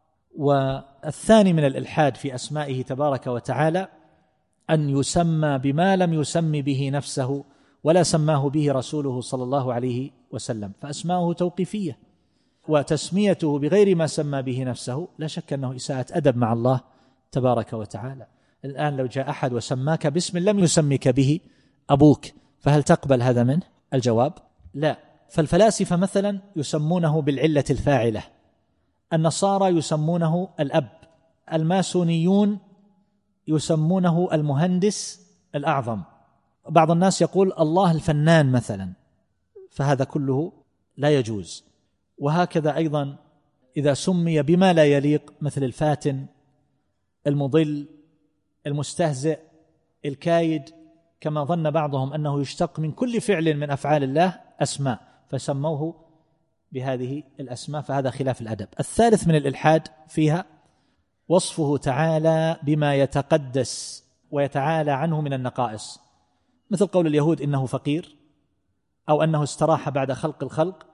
والثاني من الإلحاد في أسمائه تبارك وتعالى أن يسمى بما لم يسم به نفسه ولا سماه به رسوله صلى الله عليه وسلم، فأسماؤه توقيفية، وتسميته بغير ما سمى به نفسه لا شك أنه إساءة أدب مع الله تبارك وتعالى. الآن لو جاء أحد وسماك باسم لم يسمك به أبوك، فهل تقبل هذا منه؟ الجواب لا. فالفلاسفة مثلا يسمونه بالعلة الفاعلة، النصارى يسمونه الأب، الماسونيون يسمونه المهندس الأعظم، بعض الناس يقول الله الفنان مثلا، فهذا كله لا يجوز. وهكذا أيضا إذا سمي بما لا يليق مثل الفاتن، المضل، المستهزئ، الكايد، كما ظن بعضهم أنه يشتق من كل فعل من أفعال الله أسماء فسموه بهذه الأسماء، فهذا خلاف الأدب. الثالث من الإلحاد فيها وصفه تعالى بما يتقدس ويتعالى عنه من النقائص، مثل قول اليهود إنه فقير، أو أنه استراح بعد خلق الخلق،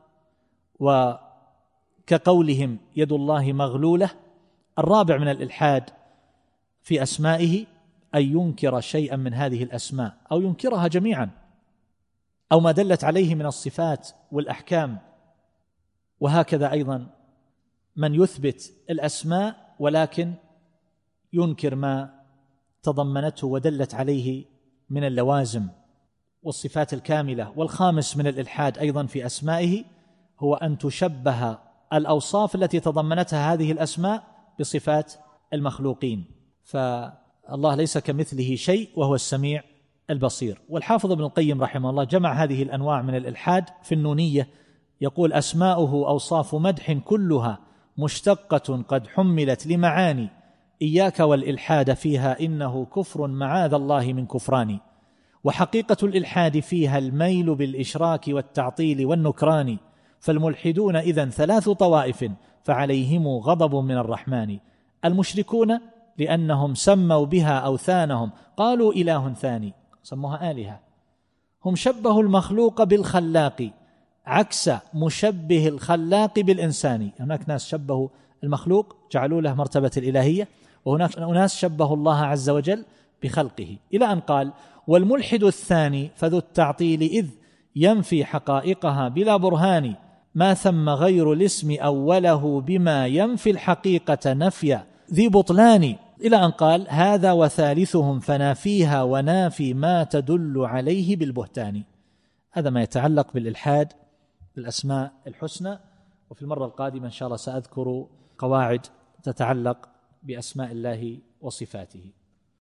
وكقولهم يد الله مغلولة. الرابع من الإلحاد في أسمائه أن ينكر شيئا من هذه الأسماء أو ينكرها جميعا، أو ما دلت عليه من الصفات والأحكام. وهكذا أيضا من يثبت الأسماء ولكن ينكر ما تضمنته ودلت عليه من اللوازم والصفات الكاملة. والخامس من الإلحاد أيضا في أسمائه هو أن تشبه الأوصاف التي تضمنتها هذه الأسماء بصفات المخلوقين، فالله ليس كمثله شيء وهو السميع البصير. والحافظ ابن القيم رحمه الله جمع هذه الأنواع من الإلحاد في النونية، يقول: أسماؤه أوصاف مدح كلها مشتقة قد حملت لمعاني، إياك والإلحاد فيها إنه كفر معاذ الله من كفران. وحقيقة الإلحاد فيها الميل بالإشراك والتعطيل والنكران، فالملحدون إذن ثلاث طوائف فعليهم غضب من الرحمن. المشركون لأنهم سموا بها أوثانهم قالوا إله ثاني، سموها آلهة. هم شبهوا المخلوق بالخلاق عكس مشبه الخلاق بالإنسان. هناك ناس شبهوا المخلوق جعلوا له مرتبة الإلهية، وهناك ناس شبهوا الله عز وجل بخلقه، إلى أن قال: والملحد الثاني فذو التعطيل إذ ينفي حقائقها بلا برهان، ما ثم غير الاسم أوله بما ينفي الحقيقة نفي ذي بطلان، إلى أن قال: هذا وثالثهم فنافيها ونافي ما تدل عليه بالبهتان. هذا ما يتعلق بالإلحاد بالأسماء الحسنى. وفي المرة القادمة إن شاء الله سأذكر قواعد تتعلق بأسماء الله وصفاته.